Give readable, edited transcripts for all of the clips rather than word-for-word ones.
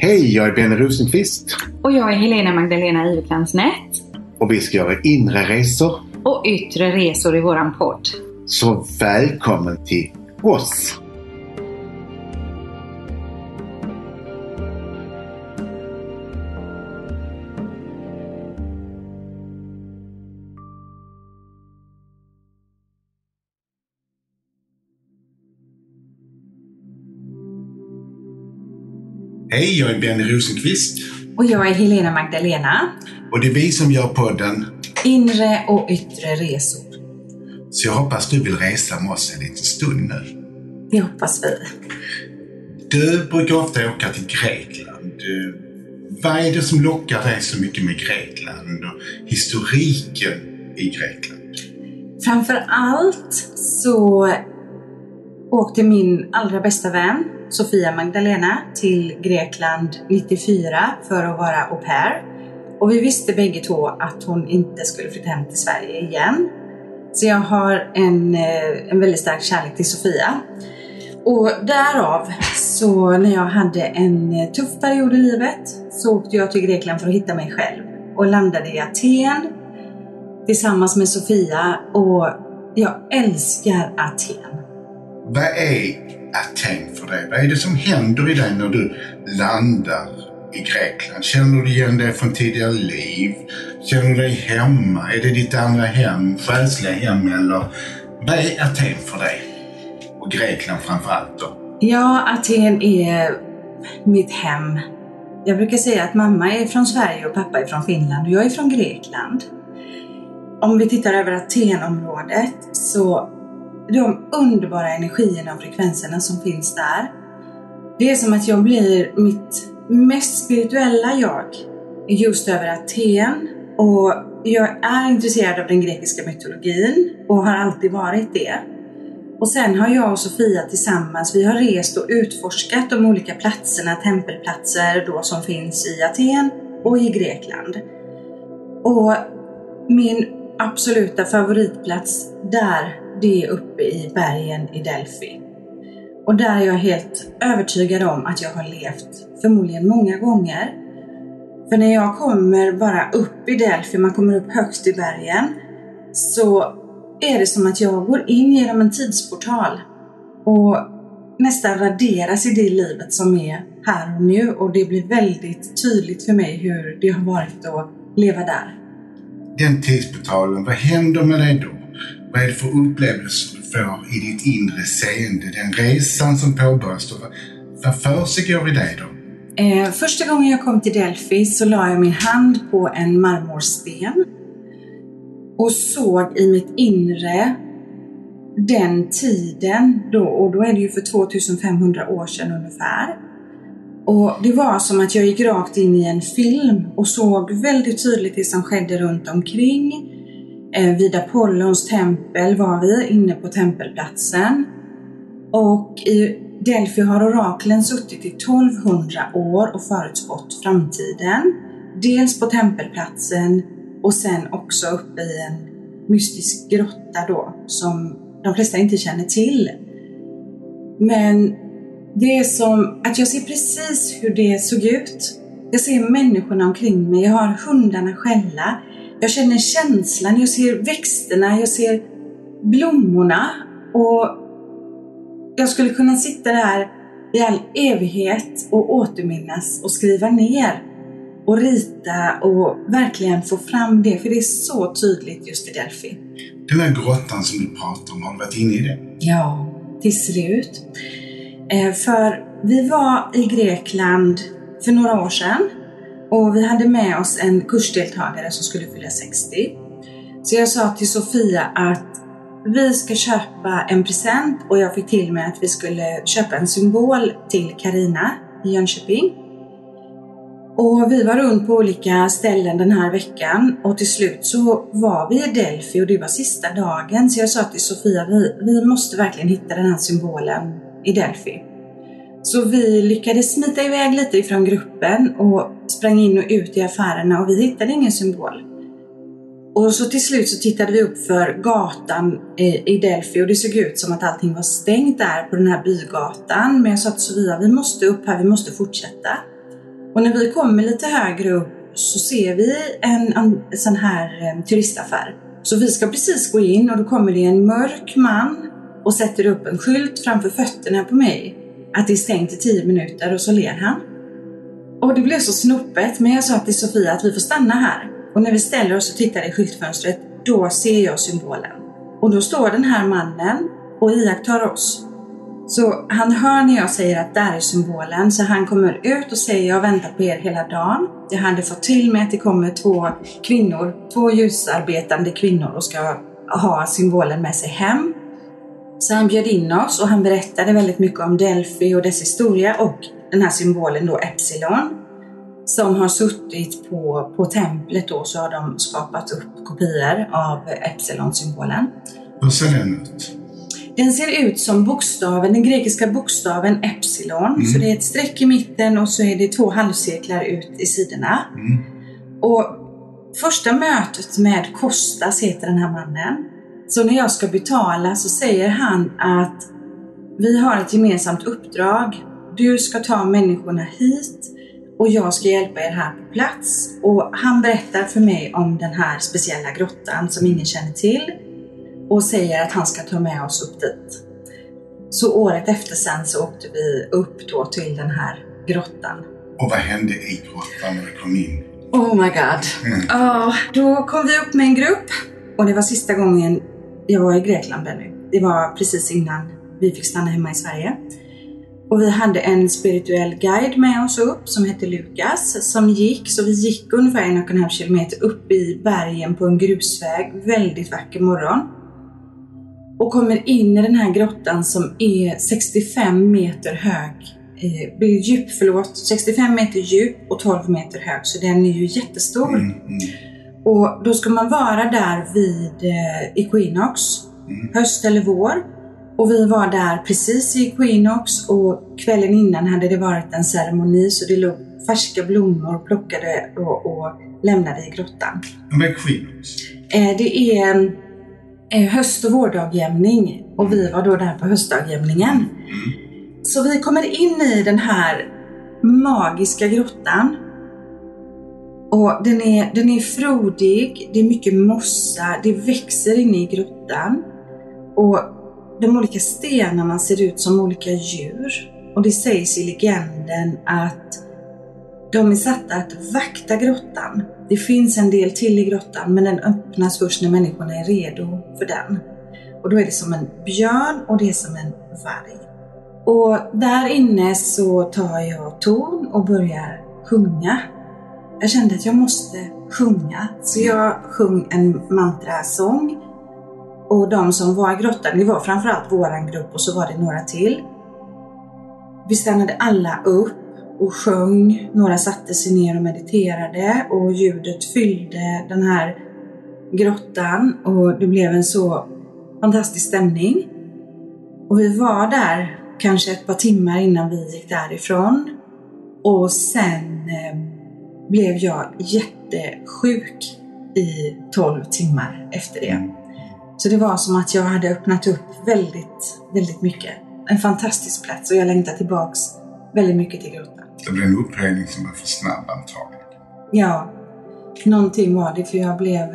Hej, jag är Benny Rosenqvist. Och jag är Helena Magdalena Iverklansnät. Och vi ska göra inre resor. Och yttre resor i våran podd. Så välkommen till oss. Hej, jag är Benny Rosenqvist. Och jag är Helena Magdalena. Och det är vi som gör podden Inre och yttre resor. Så jag hoppas du vill resa med oss en liten stund nu. Det hoppas vi. Du brukar ofta åka till Grekland. Vad är det som lockar dig så mycket med Grekland och historiken i Grekland? Framför allt så åkte min allra bästa vän Sofia Magdalena till Grekland 94 för att vara au pair. Och vi visste bägge två att hon inte skulle flytta hem till Sverige igen. Så jag har en väldigt stark kärlek till Sofia. Och därav så när jag hade en tuff period i livet så åkte jag till Grekland för att hitta mig själv. Och landade i Aten tillsammans med Sofia och jag älskar Aten. Vad är Aten för dig? Vad är det som händer i dig när du landar i Grekland? Känner du igen dig från tidigare liv? Känner du dig hemma? Är det ditt andra hem, själsliga hem eller vad är Aten för dig? Och Grekland framförallt då? Ja, Aten är mitt hem. Jag brukar säga att mamma är från Sverige och pappa är från Finland och jag är från Grekland. Om vi tittar över Atenområdet så de underbara energierna och frekvenserna som finns där. Det är som att jag blir mitt mest spirituella jag just över Aten. Och jag är intresserad av den grekiska mytologin och har alltid varit det. Och sen har jag och Sofia tillsammans, vi har rest och utforskat de olika platserna, tempelplatser då som finns i Aten och i Grekland. Och min absoluta favoritplats där, det är uppe i bergen i Delphi. Och där är jag helt övertygad om att jag har levt förmodligen många gånger. För när jag kommer bara upp i Delphi, man kommer upp högst i bergen, så är det som att jag går in genom en tidsportal och nästan raderas i det livet som är här och nu. Och det blir väldigt tydligt för mig hur det har varit att leva där. Den tidsportalen, vad händer med dig då? Vad är det för upplevelser du får i ditt inre seende? Den resan som påbörjas då, vad försiggår i dig då? Första gången jag kom till Delphi så la jag min hand på en marmorsten och såg i mitt inre den tiden då, och då är det ju för 2500 år sedan ungefär. Och det var som att jag gick rakt in i en film och såg väldigt tydligt det som skedde runt omkring. Vid Apollons tempel var vi inne på tempelplatsen. Och i Delphi har oraklen suttit i 1200 år och förutspått framtiden. Dels på tempelplatsen och sen också uppe i en mystisk grotta då som de flesta inte känner till. Men det är som att jag ser precis hur det såg ut. Jag ser människorna omkring mig, jag har hundarna skälla. Jag känner känslan, jag ser växterna, jag ser blommorna. Och jag skulle kunna sitta där i all evighet och återminnas och skriva ner. Och rita och verkligen få fram det, för det är så tydligt just i Delphi. Den här grottan som du pratar om, har du varit inne i det? Ja, till slut. För vi var i Grekland för några år sedan och vi hade med oss en kursdeltagare som skulle fylla 60. Så jag sa till Sofia att vi ska köpa en present och jag fick till mig att vi skulle köpa en symbol till Carina i Jönköping. Och vi var runt på olika ställen den här veckan och till slut så var vi i Delphi och det var sista dagen. Så jag sa till Sofia, vi måste verkligen hitta den här symbolen i Delphi. Så vi lyckades smita iväg lite ifrån gruppen och sprang in och ut i affärerna och vi hittade ingen symbol. Och så till slut så tittade vi upp för gatan i Delphi och det såg ut som att allting var stängt där på den här bygatan. Men jag sa till Sofia, vi måste upp här, vi måste fortsätta. Och när vi kommer lite högre upp så ser vi en sån här turistaffär. Så vi ska precis gå in och då kommer det en mörk man och sätter upp en skylt framför fötterna på mig att det är stängt i 10 minuter och så ler han. Och det blev så snoppet, men jag sa till Sofia att vi får stanna här. Och när vi ställer oss och tittar i skyltfönstret, då ser jag symbolen. Och då står den här mannen och iakttar oss. Så han hör när jag säger att där är symbolen, så han kommer ut och säger jag har väntat på er hela dagen. Jag hade fått till mig att det kommer 2 ljusarbetande kvinnor och ska ha symbolen med sig hem. Så han bjöd in oss och han berättade väldigt mycket om Delphi och dess historia och den här symbolen då Epsilon som har suttit på templet då, så har de skapat upp kopior av Epsilon-symbolen. Hur ser den ut? Den ser ut som den grekiska bokstaven Epsilon. Så det är ett streck i mitten och så är det 2 halvcirklar ut i sidorna. Och första mötet med Kostas heter den här mannen. Så när jag ska betala så säger han att vi har ett gemensamt uppdrag. Du ska ta människorna hit och jag ska hjälpa er här på plats. Och han berättar för mig om den här speciella grottan som ingen känner till. Och säger att han ska ta med oss upp dit. Så året efter sen så åkte vi upp då till den här grottan. Och vad hände i grottan när vi kom in? Oh my god. Då kom vi upp med en grupp. Och det var sista gången jag var i Grekland där nu. Det var precis innan vi fick stanna hemma i Sverige. Och vi hade en spirituell guide med oss upp som hette Lukas. Som gick, så vi gick ungefär 1,5 kilometer upp i bergen på en grusväg. Väldigt vacker morgon. Och kommer in i den här grottan som är 65 meter hög. 65 meter djup och 12 meter hög. Så den är ju jättestor. Och då ska man vara där vid equinox. Höst eller vår. Och vi var där precis i equinox. Och kvällen innan hade det varit en ceremoni. Så det låg färska blommor plockade och lämnade i grottan. Vad är equinox? Det är höst- och vårdagjämning. Och vi var då där på höstdagjämningen. Så vi kommer in i den här magiska grottan. Och den är frodig. Det är mycket mossa. Det växer inne i grottan. Och de olika stenarna ser ut som olika djur. Och det sägs i legenden att de är satta att vakta grottan. Det finns en del till i grottan, men den öppnas först när människorna är redo för den. Och då är det som en björn och det är som en varg. Och där inne så tar jag ton och börjar sjunga. Jag kände att jag måste sjunga. Så jag sjöng en mantrasång. Och de som var i grottan, det var framförallt våran grupp och så var det några till. Vi stannade alla upp och sjöng. Några satte sig ner och mediterade och ljudet fyllde den här grottan och det blev en så fantastisk stämning. Och vi var där kanske ett par timmar innan vi gick därifrån. Och sen blev jag jättesjuk i 12 timmar efter det. Så det var som att jag hade öppnat upp väldigt, väldigt mycket. En fantastisk plats och jag längtar tillbaks väldigt mycket till grottan. Det blev en upphöjning som var för snabb antagligen. Ja, någonting var det för jag blev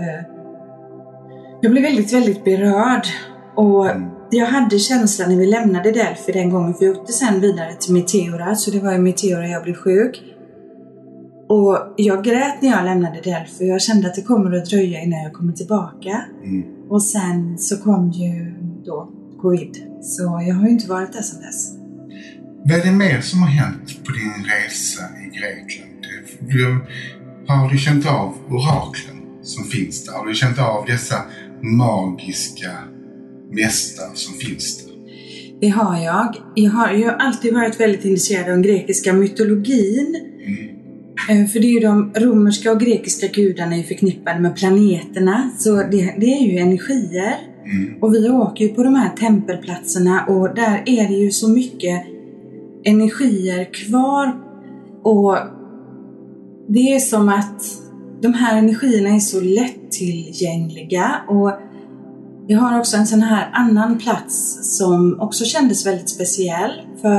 väldigt, väldigt berörd. Och jag hade känslan när vi lämnade Delphi den gången, för vi åkte sen vidare till Meteora, så det var i Meteora jag blev sjuk. Och jag grät när jag lämnade Delphi. Jag kände att det kommer att dröja innan jag kommer tillbaka. Och sen så kom ju då covid. Så jag har ju inte varit där sedan dess. Vad är det mer som har hänt på din resa i Grekland? Har du känt av oraklen som finns där? Har du känt av dessa magiska mästare som finns där? Det har jag. Jag har ju alltid varit väldigt intresserad av den grekiska mytologin. För det är ju de romerska och grekiska gudarna är förknippade med planeterna. Så det är ju energier. Och vi åker ju på de här tempelplatserna och där är det ju så mycket energier kvar. Och det är som att de här energierna är så lättillgängliga. Och jag har också en sån här annan plats som också kändes väldigt speciell. För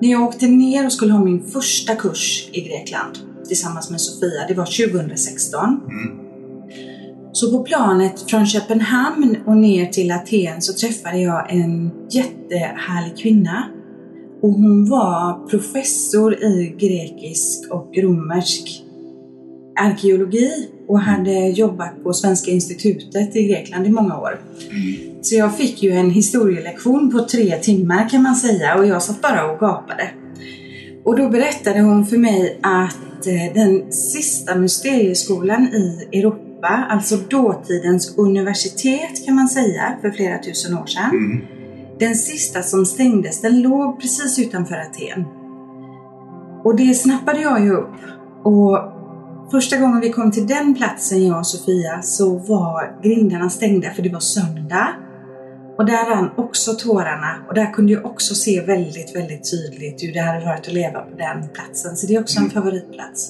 När jag åkte ner och skulle ha min första kurs i Grekland tillsammans med Sofia, det var 2016. Så på planet från Köpenhamn och ner till Aten så träffade jag en jättehärlig kvinna. Och hon var professor i grekisk och romersk arkeologi och hade jobbat på Svenska institutet i Grekland i många år. Så jag fick ju en historielektion på 3 timmar kan man säga, och jag satt bara och gapade. Och då berättade hon för mig att den sista mysterieskolan i Europa, alltså dåtidens universitet kan man säga, för flera tusen år sedan. Den sista som stängdes, den låg precis utanför Aten. Och det snappade jag ju upp. Och första gången vi kom till den platsen, jag och Sofia, så var grindarna stängda för det var söndag. Och där rann också tårarna. Och där kunde jag också se väldigt, väldigt tydligt hur det hade varit att leva på den platsen. Så det är också en favoritplats.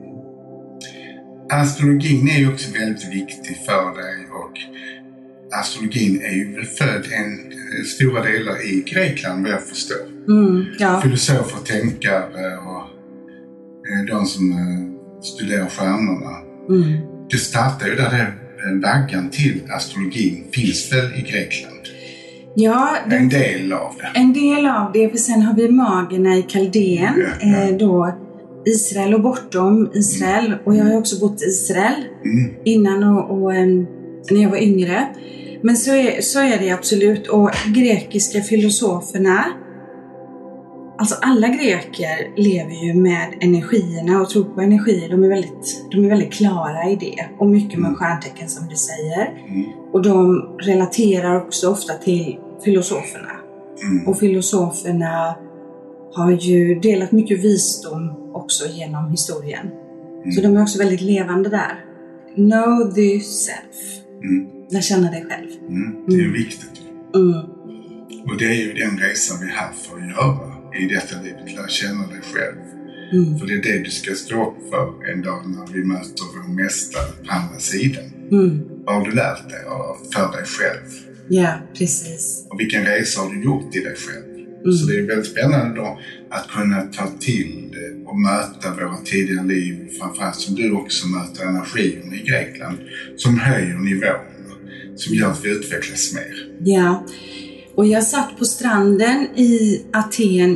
Astrologin är ju också väldigt viktig för dig, och astrologin är ju född en stora delar i Grekland, vad jag förstår. Ja. Filosofer, tänkare och de som studerar stjärnorna. Det startar ju där vaggan till astrologin finns väl i Grekland? Ja, en del av det. En del av det, för sen har vi magerna i Kaldén, då Israel och bortom Israel. Och jag har också bott i Israel innan och när jag var yngre. Men så är det absolut. Och grekiska filosoferna, alltså alla greker lever ju med energierna och tror på energier. De är väldigt klara i det. Och mycket med stjärntecken som du säger. Och de relaterar också ofta till filosoferna. Och filosoferna har ju delat mycket visdom också genom historien. Så de är också väldigt levande där. Know thyself. Lär känna dig själv. Det är viktigt. Och det är ju den resan vi är här för att göra i detta livet. Lär känna dig själv. För det är det du ska stå upp för en dag när vi möter vår mästare på andra sidan. Vad har du lärt dig för dig själv? Ja, precis. Och vilken resa har du gjort i dig själv? Så det är väldigt spännande då att kunna ta till det och möta våra tidigare liv. Framförallt som du också möter energin i Grekland som höjer nivån, som gör att vi utvecklas mer. Ja, och jag satt på stranden i Aten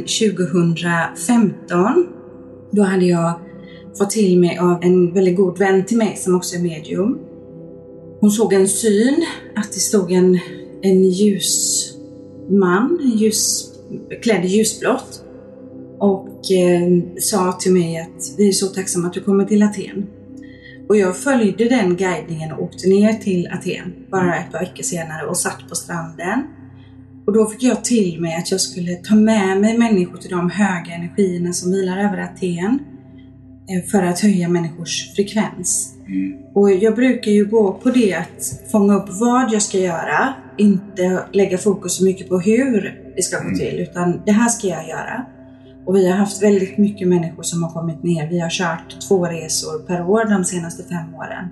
2015. Då hade jag fått till mig av en väldigt god vän till mig som också är medium. Hon såg en syn att det stod en ljusman, klädd i ljusblått, och sa till mig att vi är så tacksamma att du kommer till Aten. Och jag följde den guidningen och åkte ner till Aten bara ett par veckor senare och satt på stranden. Och då fick jag till mig att jag skulle ta med mig människor till de höga energierna som vilar över Aten för att höja människors frekvens. Och jag brukar ju gå på det att fånga upp vad jag ska göra, inte lägga fokus så mycket på hur det ska gå till, utan det här ska jag göra. Och vi har haft väldigt mycket människor som har kommit ner. Vi har kört 2 resor per år de senaste 5 åren.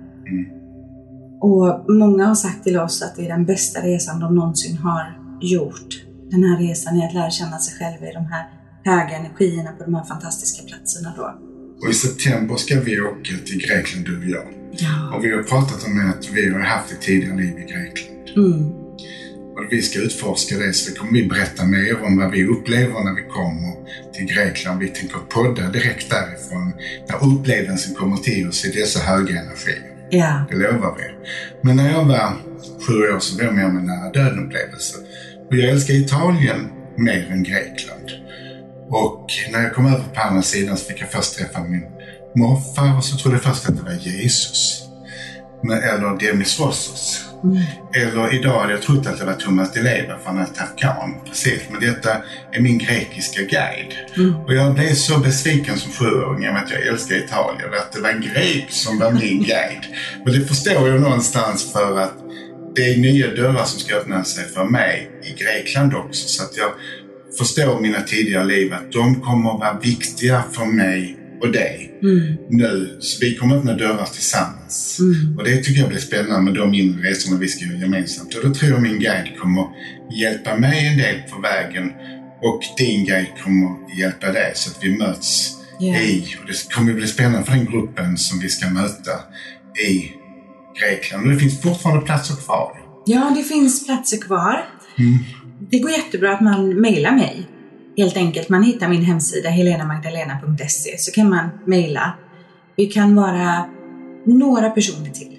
Och många har sagt till oss att det är den bästa resan de någonsin har gjort. Den här resan är att lära känna sig själv i de här höga energierna på de här fantastiska platserna då. Och i september ska vi åka till Grekland, du och jag. Ja. Och vi har pratat om att vi har haft ett tidigare liv i Grekland. Och vi ska utforska det, så kommer vi berätta mer om vad vi upplever när vi kommer till Grekland. Vi tänker podda direkt därifrån när upplevelsen kommer till oss i dessa höga energier. Ja. Det lovar vi. Men när jag var 7 år så var jag med om en nära döden-upplevelse. Och jag älskar Italien mer än Grekland. Och när jag kom över på andra sidan så fick jag först träffa min morfar, och så trodde jag först att det var Jesus. Eller Demis Rossos. Eller idag hade jag trott att det var Thomas Di Leva från Afghan. Precis, men detta är min grekiska guide. Och jag blev så besviken som 7-åring att jag älskar Italien. Att det var en grek som var min guide. Och det förstår jag någonstans, för att det är nya dörrar som ska öppna sig för mig i Grekland också. Så att jag förstår mina tidigare liv att de kommer att vara viktiga för mig och dig nu. Så vi kommer öppna dörrar tillsammans. Och det tycker jag blir spännande med de inre resorna vi ska göra gemensamt. Och då tror jag min guide kommer hjälpa mig en del på vägen Och din grej kommer hjälpa dig så att vi möts i. Och det kommer bli spännande för den gruppen som vi ska möta i Grekland. Och det finns fortfarande platser kvar. Ja, det finns platser kvar. Det går jättebra att man mejlar mig. Helt enkelt, man hittar min hemsida helenamagdalena.se, så kan man mejla. Vi kan vara några personer till.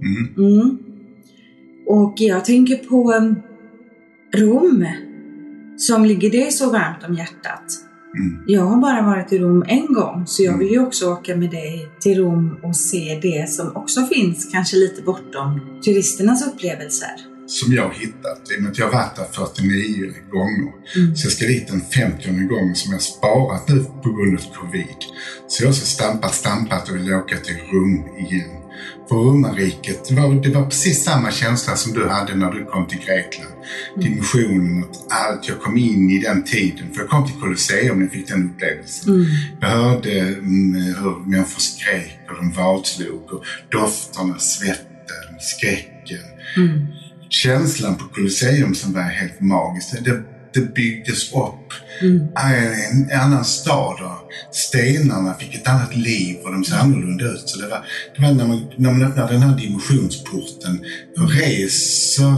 Och jag tänker på Rom, som ligger det så varmt om hjärtat. Jag har bara varit i Rom en gång, så jag vill ju också åka med dig till Rom och se det som också finns, kanske lite bortom turisternas upplevelser. Som jag har hittat, i och med att jag har varit där 49 gånger. Så jag ska dit den 50:e gången som jag har sparat nu på grund av covid. Så jag har så stampat och vill åka till Rom igen. För romarriket, det var precis samma känsla som du hade när du kom till Grekland. Dimensionen och allt, jag kom in i den tiden. För jag kom till Colosseum och jag fick den upplevelsen. Jag hörde hur människor skrek och de vadslog och dofterna, svetten, skräcken. Känslan på Colosseum som var helt magisk. Det byggdes upp. En annan stad och stenarna fick ett annat liv och de såg annorlunda ut. Så det var när man öppnar den här dimensionsporten och reser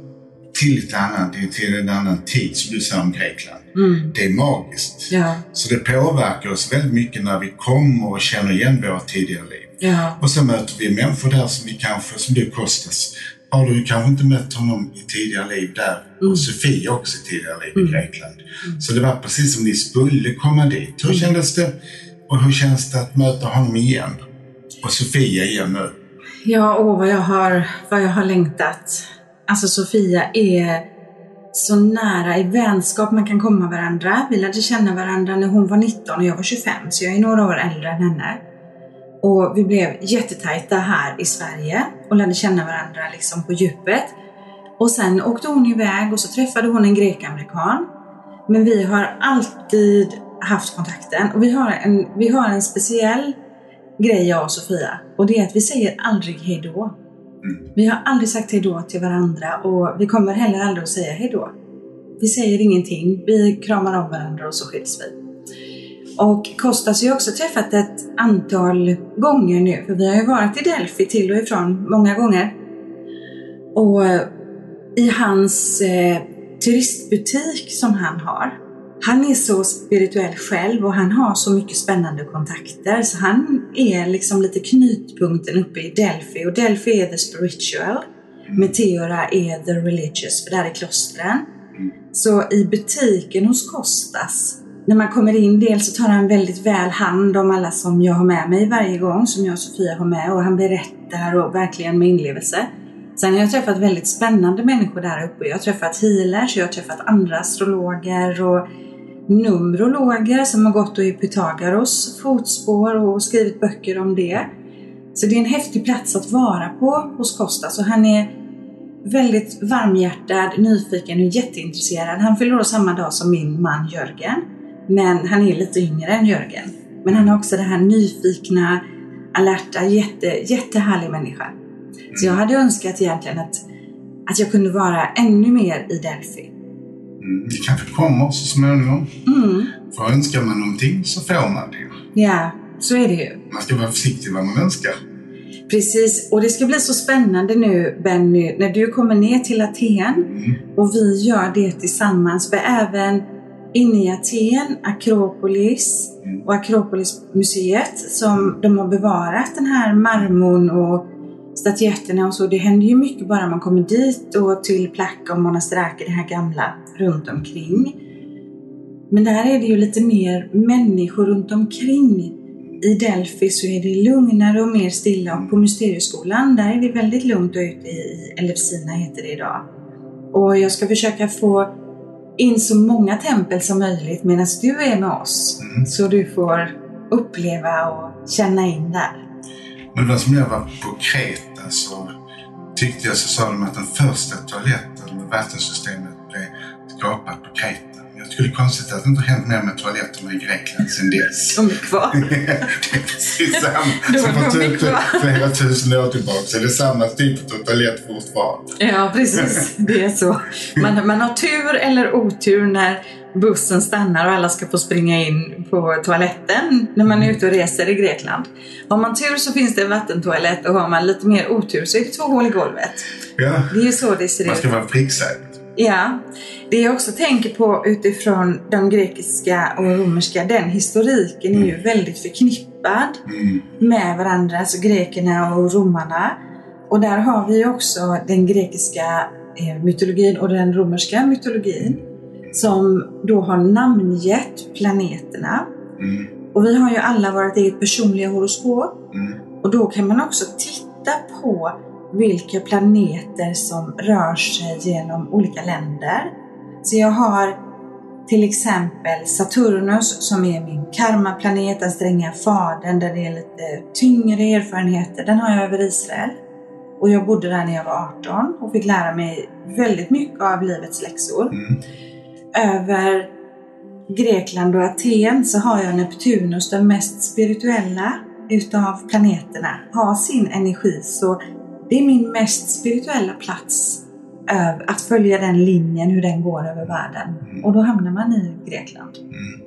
till en annan tid, som du sa om Grekland. Det är magiskt. Så det påverkar oss väldigt mycket när vi kommer och känner igen våra tidigare liv. Och så möter vi människor där som du, Kostas. Har du kanske inte mött honom i tidigare liv där. Och Sofia också i tidigare liv i Grekland. Så det var precis som ni skulle komma dit. Hur kändes det? Och hur känns det att möta honom igen? Och Sofia igen nu? Ja, vad jag har längtat. Alltså Sofia är så nära i vänskap man kan komma varandra. Vi lärde känna varandra när hon var 19 och jag var 25. Så jag är några år äldre än henne. Och vi blev jättetajta här i Sverige och lärde känna varandra liksom på djupet. Och sen åkte hon iväg och så träffade hon en grek-amerikan. Men vi har alltid haft kontakten. Och vi har en speciell grej, jag och Sofia. Och det är att vi säger aldrig hejdå. Vi har aldrig sagt hejdå till varandra och vi kommer heller aldrig att säga hejdå. Vi säger ingenting, vi kramar om varandra och så skiljs vi. Och Kostas har ju också träffat ett antal gånger nu. För vi har ju varit i Delphi till och ifrån många gånger. Och i hans turistbutik som han har. Han är så spirituell själv och han har så mycket spännande kontakter. Så han är liksom lite knutpunkten uppe i Delphi. Och Delphi är the spiritual. Meteora är the religious, för där är klostren. Så i butiken hos Kostas, när man kommer in, dels så tar han väldigt väl hand om alla som jag har med mig varje gång, som jag och Sofia har med, och han berättar och verkligen med inlevelse. Sen har jag träffat väldigt spännande människor där uppe. Jag har träffat healers, jag har träffat andra astrologer och numerologer som har gått i Pythagoras fotspår och skrivit böcker om det. Så det är en häftig plats att vara på hos Kostas, och han är väldigt varmhjärtad, nyfiken och jätteintresserad. Han fyller år samma dag som min man Jörgen. Men han är lite yngre än Jörgen. Men han har också det här nyfikna, alerta, jättehärlig människa. Så jag hade önskat egentligen att jag kunde vara ännu mer i Delphi. Det kanske kommer så småningom. För önskar man någonting så får man det. Ja, så är det ju. Man ska vara försiktig vad man önskar. Precis, och det ska bli så spännande nu, Benny, när du kommer ner till Aten och vi gör det tillsammans. För även inne i Aten, Akropolis och Akropolismuseet, som de har bevarat den här marmorn och statyetterna och så. Det händer ju mycket bara man kommer dit, och till Plaka och Monastärke, det här gamla runt omkring. Men där är det ju lite mer människor runt omkring. I Delphi så är det lugnare och mer stilla, och på Mysterieskolan där är det väldigt lugnt, och ute i Elefsina heter det idag. Och jag ska försöka få in så många tempel som möjligt medan du är med oss. Så du får uppleva och känna in där. Men då som jag var på Kreta så tyckte jag, så sa de att den första toaletten med vattensystemet blev skapat på Kreta. Jag skulle konstigt att det inte hänt mer med toaletterna i Grekland sedan dess. De är kvar. Det är precis samma som för flera tusen år tillbaka. Så det är samma typ av toalett fortfarande. Ja, precis. Det är så. Man har tur eller otur när bussen stannar och alla ska få springa in på toaletten när man är ute och reser i Grekland. Har man tur så finns det en vattentoalett och har man lite mer otur så är det 2 hål i golvet. Ja. Det är ju så det ser ut. Man ska vara pricksäker. Ja, det jag också tänker på utifrån de grekiska och romerska, den historiken är ju väldigt förknippad med varandra, alltså grekerna och romarna. Och där har vi också den grekiska mytologin och den romerska mytologin som då har namngett planeterna. Och vi har ju alla vårt eget personliga horoskop. Och då kan man också titta på vilka planeter som rör sig genom olika länder. Så jag har till exempel Saturnus som är min karmaplanet, den stränga fadern där det är lite tyngre erfarenheter. Den har jag över Israel. Och jag bodde där när jag var 18 och fick lära mig väldigt mycket av livets läxor. Över Grekland och Aten så har jag Neptunus, den mest spirituella utav planeterna, har sin energi. Så det är min mest spirituella plats, att följa den linjen, hur den går över världen. Och då hamnar man i Grekland.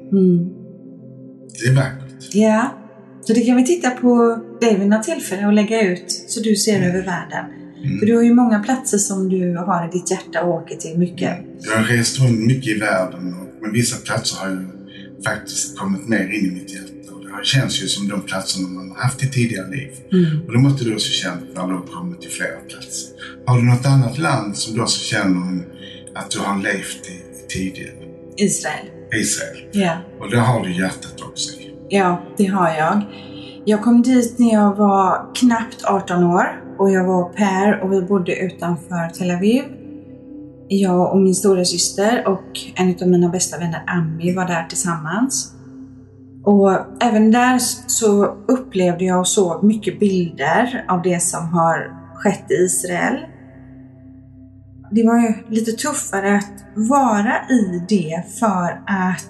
Det är vackert. Ja, så det kan vi titta på det vid något tillfälle och lägga ut så du ser över världen. För du har ju många platser som du har i ditt hjärta och åker till mycket. Jag har rest runt mycket i världen men vissa platser har ju faktiskt kommit mer in i mitt hjärta. Det känns ju som de platserna man har haft i tidigare liv. Och då måste du också känna när du har kommit till flera platser. Har du något annat land som du också känner att du har levt i tidigare? Israel. Ja. Och det har du hjärtat också i. Ja, det har jag. Jag kom dit när jag var knappt 18 år och jag var au pair och vi bodde utanför Tel Aviv. Jag och min stora syster och en av mina bästa vänner, Ami, var där tillsammans. Och även där så upplevde jag och såg mycket bilder av det som har skett i Israel. Det var ju lite tuffare att vara i det för att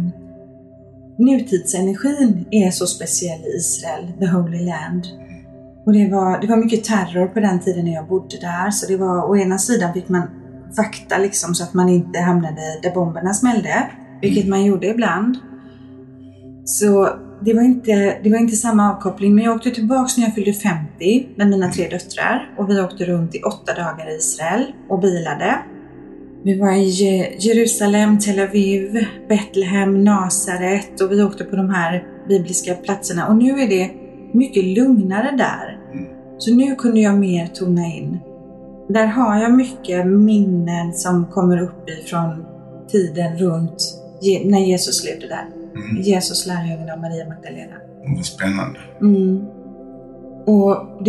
nutidsenergin är så speciell i Israel, the Holy Land. Och det var mycket terror på den tiden när jag bodde där. Så det var, å ena sidan fick man vakta liksom så att man inte hamnade där bomberna smällde. Vilket man gjorde ibland. Så det var inte samma avkoppling. Men jag åkte tillbaka när jag fyllde 50 med mina 3 döttrar. Och vi åkte runt i 8 dagar i Israel och bilade. Vi var i Jerusalem, Tel Aviv, Betlehem, Nasaret. Och vi åkte på de här bibliska platserna. Och nu är det mycket lugnare där. Så nu kunde jag mer tona in. Där har jag mycket minnen som kommer upp ifrån tiden runt när Jesus levde där. Jesus, lärjungen av Maria Magdalena. Vad spännande. Och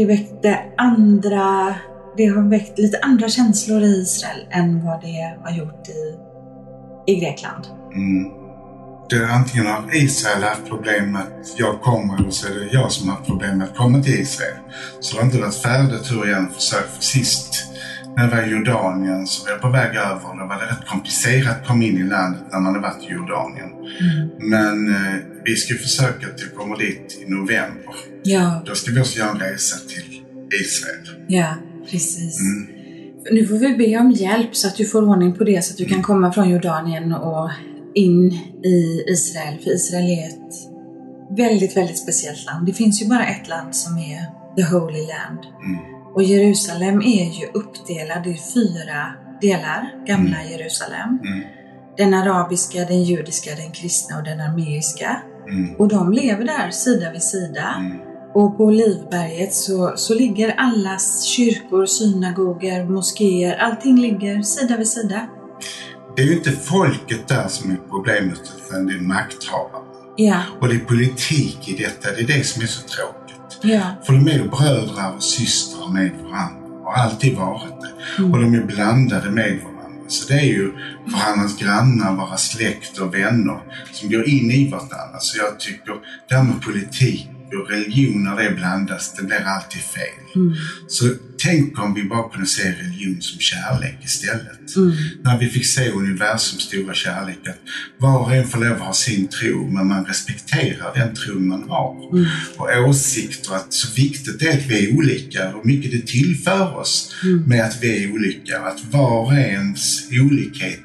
det har väckt lite andra känslor i Israel än vad det har gjort i Grekland. Antingen har Israel haft problem med att jag kommer eller så är det jag som har haft problem med att komma till Israel. Så det har inte varit färdigt hur jag försökt för sist. När jag var i Jordanien så var jag på väg över. Det var rätt komplicerat att komma in i landet när man har varit i Jordanien. Men vi ska försöka att jag kommer dit i november. Ja. Då ska vi också göra en resa till Israel. Ja, precis. Nu får vi be om hjälp så att du får ordning på det så att du kan komma från Jordanien och in i Israel. För Israel är ett väldigt, väldigt speciellt land. Det finns ju bara ett land som är the Holy Land. Och Jerusalem är ju uppdelad i 4 delar, gamla Jerusalem. Den arabiska, den judiska, den kristna och den armeiska. Och de lever där sida vid sida. Och på Olivberget så ligger allas kyrkor, synagoger, moskéer, allting ligger sida vid sida. Det är ju inte folket där som är problemet utan det är makthavare. Ja. Och det är politik i detta, det är det som är så tråkigt. Ja. För de är ju bröder och systrar med varandra och har alltid varit det. Och de är blandade med varandra. Så det är ju varandras grannar, våra släkt och vänner som går in i varandra. Så jag tycker det här med politik och religion när det blandas, det blir alltid fel. Så tänk om vi bara kunde se religion som kärlek istället. När vi fick se universums stora kärlek, att var och en får lov att ha sin tro, men man respekterar den tro man har. Och åsikter, att så viktigt det är att vi är olika och mycket det tillför oss med att vi är olika. Att var och ens olikhet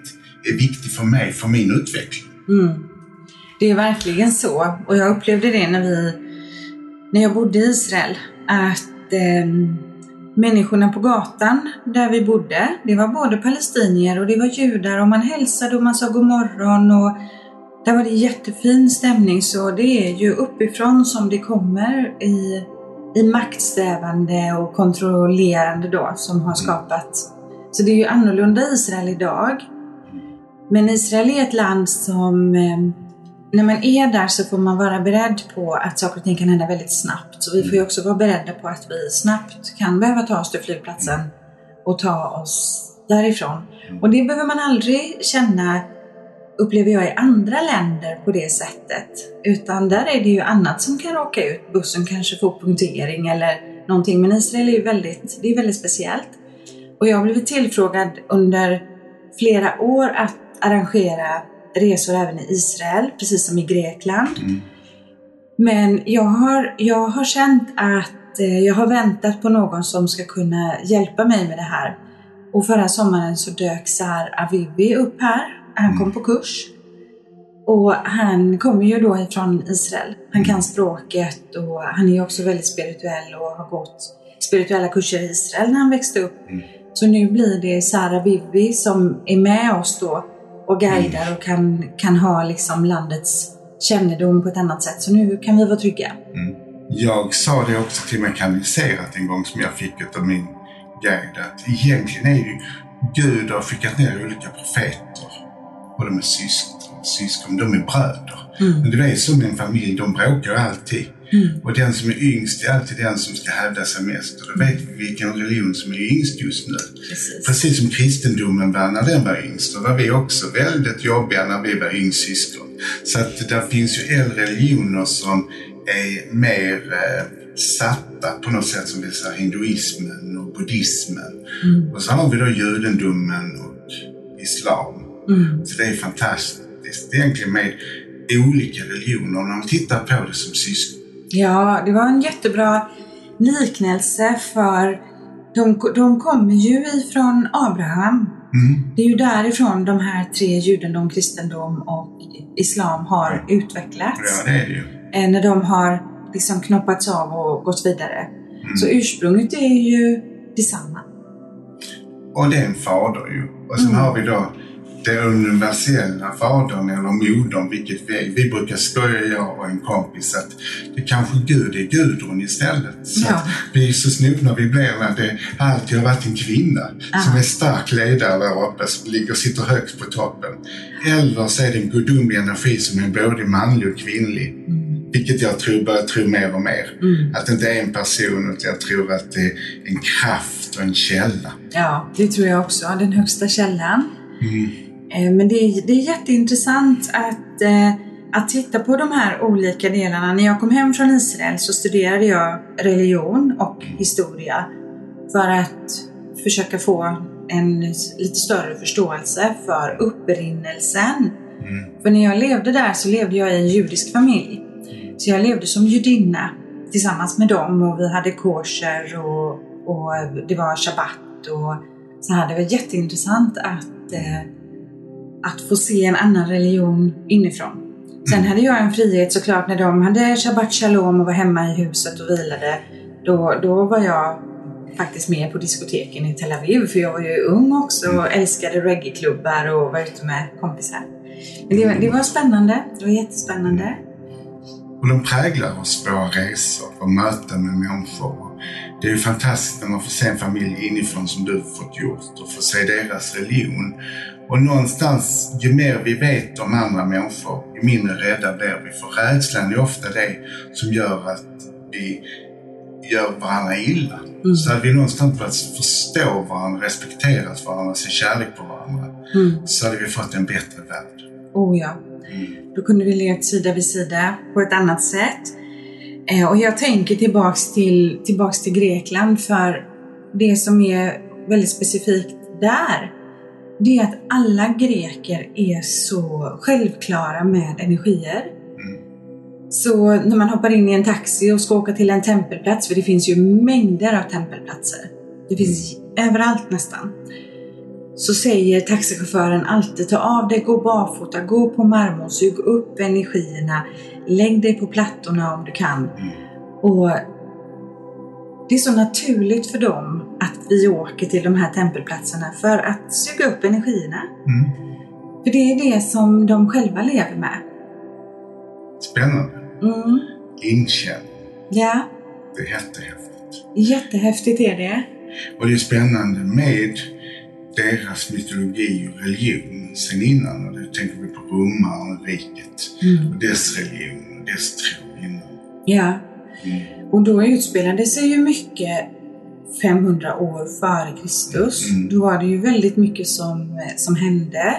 är viktig för mig, för min utveckling. Det är verkligen så. Och jag upplevde det när jag bodde i Israel. Att människorna på gatan där vi bodde, det var både palestinier och det var judar. Och man hälsade och man sa god morgon. Och där var det jättefin stämning. Så det är ju uppifrån som det kommer i maktstävande och kontrollerande då som har skapat. Så det är ju annorlunda i Israel idag. Men Israel är ett land som, när man är där så får man vara beredd på att saker och ting kan hända väldigt snabbt. Så vi får ju också vara beredda på att vi snabbt kan behöva ta oss till flygplatsen och ta oss därifrån. Och det behöver man aldrig känna, upplever jag, i andra länder på det sättet. Utan där är det ju annat som kan råka ut. Bussen kanske får punktering eller någonting. Men Israel är ju väldigt speciellt. Och jag har blivit tillfrågad under flera år att arrangera resor även i Israel, precis som i Grekland. Men jag har känt att jag har väntat på någon som ska kunna hjälpa mig med det här. Och förra sommaren så dök Sar Avivi upp här. Han kom på kurs. Och han kommer ju då ifrån Israel. Han kan språket och han är ju också väldigt spirituell och har gått spirituella kurser i Israel när han växte upp. Så nu blir det Sar Avivi som är med oss då och guidar och kan ha liksom landets kännedom på ett annat sätt. Så nu kan vi vara trygga. Jag sa det också till mig kanaliserat en gång som jag fick av min guide, att egentligen är ju Gud har skickat ner olika profeter och de är syskon, de är bröder. Men det är som en familj, de bråkar alltid. Och den som är yngst är alltid den som ska hävda sig mest. Och då vet vi vilken religion som är yngst just nu. Precis som kristendomen var när den var yngst. Och var vi också väldigt jobbiga när vi var yngst syskon. Så att där finns ju äldre religioner som är mer satta på något sätt, som vi säger hinduismen och buddhismen. Och så har vi då judendomen och islam. Så det är fantastiskt egentligen med olika religioner när man tittar på det som syskon. Ja, det var en jättebra liknelse, för de kommer ju ifrån Abraham. Det är ju därifrån de här 3 judendom, kristendom och islam har utvecklats. Ja, det är det ju. När de har liksom knoppats av och gått vidare. Så ursprunget är ju detsamma. Och det är en fader ju. Och sen har vi då det universella fadern eller modern, vilket vi brukar skoja, jag och en kompis, att det kanske Gud är Gudrun istället. Så att vi är så snubna vi blir när det alltid har varit en kvinna som är stark ledare där uppe, som sitter högst på toppen. Eller så är det en gudomlig energi som är både manlig och kvinnlig. Vilket jag börjar tro mer och mer. Att det inte är en person, utan jag tror att det är en kraft och en källa. Ja, det tror jag också. Den högsta källan. Men det är jätteintressant att titta på de här olika delarna. När jag kom hem från Israel så studerade jag religion och historia för att försöka få en lite större förståelse för upprinnelsen. För när jag levde där så levde jag i en judisk familj. Så jag levde som judinna tillsammans med dem, och vi hade kosher och det var shabbat och så här. Det var jätteintressant att få se en annan religion inifrån. Sen hade jag en frihet såklart när de hade shabbat shalom och var hemma i huset och vilade. Då var jag faktiskt med på diskoteken i Tel Aviv, för jag var ju ung också och älskade reggaeklubbar och var ute med kompisar. Men det var spännande, det var jättespännande. Och de präglar oss på våra resor och möten med människor. Det är ju fantastiskt när man får se en familj inifrån som du fått gjort och får se deras religion. Och någonstans, ju mer vi vet om andra människor, ju mindre rädda blir vi. För rädslan är ofta det som gör att vi gör varandra illa. Så att vi någonstans för att förstå varandra, respekterat varandra, se kärlek på varandra, så hade vi fått en bättre värld. Oh ja. Då kunde vi levt sida vid sida på ett annat sätt. Och jag tänker tillbaks till Grekland, för det som är väldigt specifikt där, det är att alla greker är så självklara med energier. Så när man hoppar in i en taxi och ska åka till en tempelplats, för det finns ju mängder av tempelplatser. Det finns överallt nästan. så säger taxichauffören alltid: ta av dig, gå barfota, gå på marmor, sug upp energierna, lägg dig på plattorna om du kan. Och det är så naturligt för dem att vi åker till de här tempelplatserna för att suga upp energierna. För det är det som de själva lever med. Spännande. Inkänn. Ja. Det är jättehäftigt. Jättehäftigt är det. Och det är spännande med deras mytologi och religion sen innan. Och då tänker vi på romarriket och dess religion och dess tro innan. Ja. Och då utspelade sig ju mycket 500 år före Kristus. Då var det ju väldigt mycket som hände.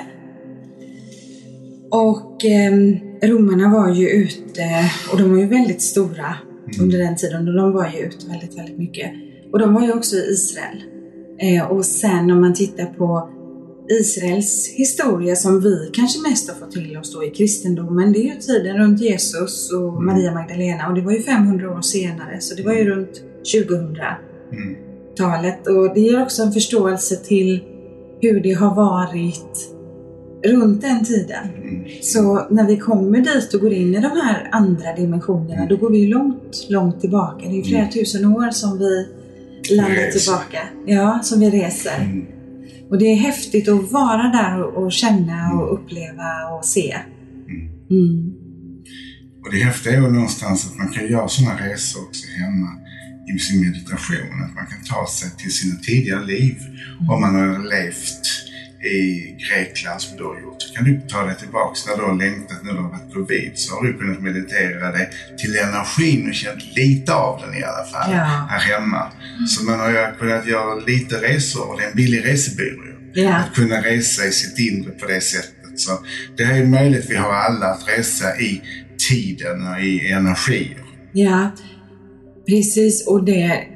Och romarna var ju ute, och de var ju väldigt stora under den tiden. Och de var ju ute väldigt, väldigt mycket. Och de var ju också i Israel. Och sen om man tittar på Israels historia som vi kanske mest har fått till oss då i kristendomen, det är ju tiden runt Jesus och Maria Magdalena, och det var ju 500 år senare, så det var ju runt 2000-talet. Och det ger också en förståelse till hur det har varit runt den tiden. Så när vi kommer dit och går in i de här andra dimensionerna, då går vi ju långt, långt tillbaka. Det är ju flera tusen år som vi landar tillbaka. Ja, som vi reser. Och det är häftigt att vara där och känna och uppleva och se. Och det häftiga är ju någonstans att man kan göra sådana resor också hemma i sin meditation. Att man kan ta sig till sina tidigare liv. Om man har levt i Grekland som du har gjort, så kan du ta dig tillbaka när du har längtat, när du har varit gravid, så har du kunnat meditera dig till energin och känt lite av den i alla fall här hemma. Så man har kunnat göra lite resor, och det är en billig resebyrå. Att kunna resa i sitt inre på det sättet. Så det är möjligt, vi har alla att resa i tiden och i energier. Ja, precis. Och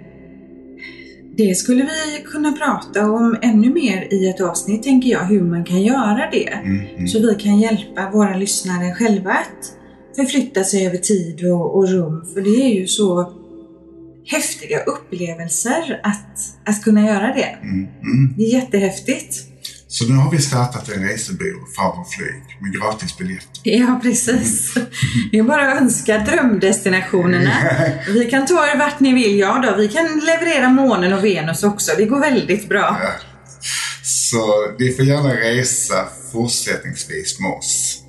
det skulle vi kunna prata om ännu mer i ett avsnitt, tänker jag, hur man kan göra det. Så vi kan hjälpa våra lyssnare själva att förflytta sig över tid och rum. För det är ju så häftiga upplevelser att kunna göra det. Det är jättehäftigt. Så nu har vi startat en resebyrå, Faber Flyg, med gratisbiljetter. Ja, precis. Det är bara att önska drömdestinationerna. Vi kan ta er vart ni vill, vi kan leverera månen och Venus också. Det går väldigt bra. Ja. Så ni får gärna resa fortsättningsvis med oss.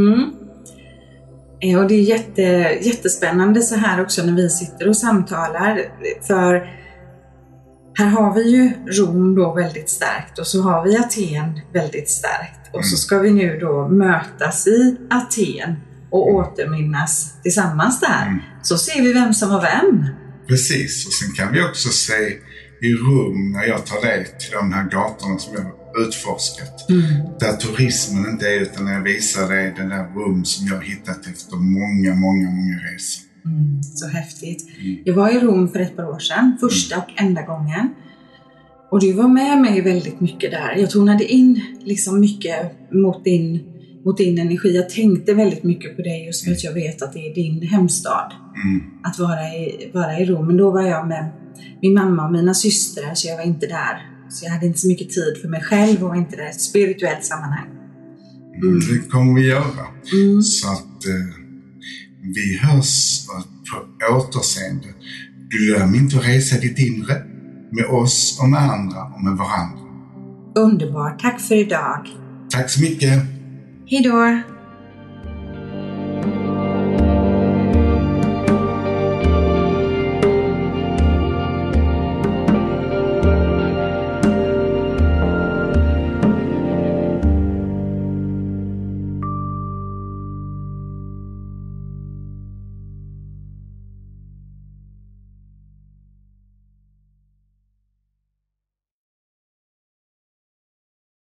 Och det är jättespännande så här också när vi sitter och samtalar. För här har vi ju Rom då väldigt starkt, och så har vi Aten väldigt starkt. Och så ska vi nu då mötas i Aten och återminnas tillsammans där. Så ser vi vem som var vem. Precis, och sen kan vi också se i Rom, när jag tar dig till de här gatorna som jag har utforskat. Där turismen inte är, utan när jag visar dig den där Rom som jag har hittat efter många, många, många resor. Så häftigt. Jag var i Rom för ett par år sedan, första och enda gången. Och du var med mig väldigt mycket där. Jag tonade in liksom mycket mot din energi. Jag tänkte väldigt mycket på dig just för att jag vet att det är din hemstad. Att vara i Rom. Men då var jag med min mamma och mina systrar, så jag var inte där. Så jag hade inte så mycket tid för mig själv och var inte där i ett spirituellt sammanhang. Det kommer vi göra. Så att vi hörs på återseende. Glöm inte att resa ditt inre med oss och med andra och med varandra. Underbart. Tack för idag. Tack så mycket. Hej då.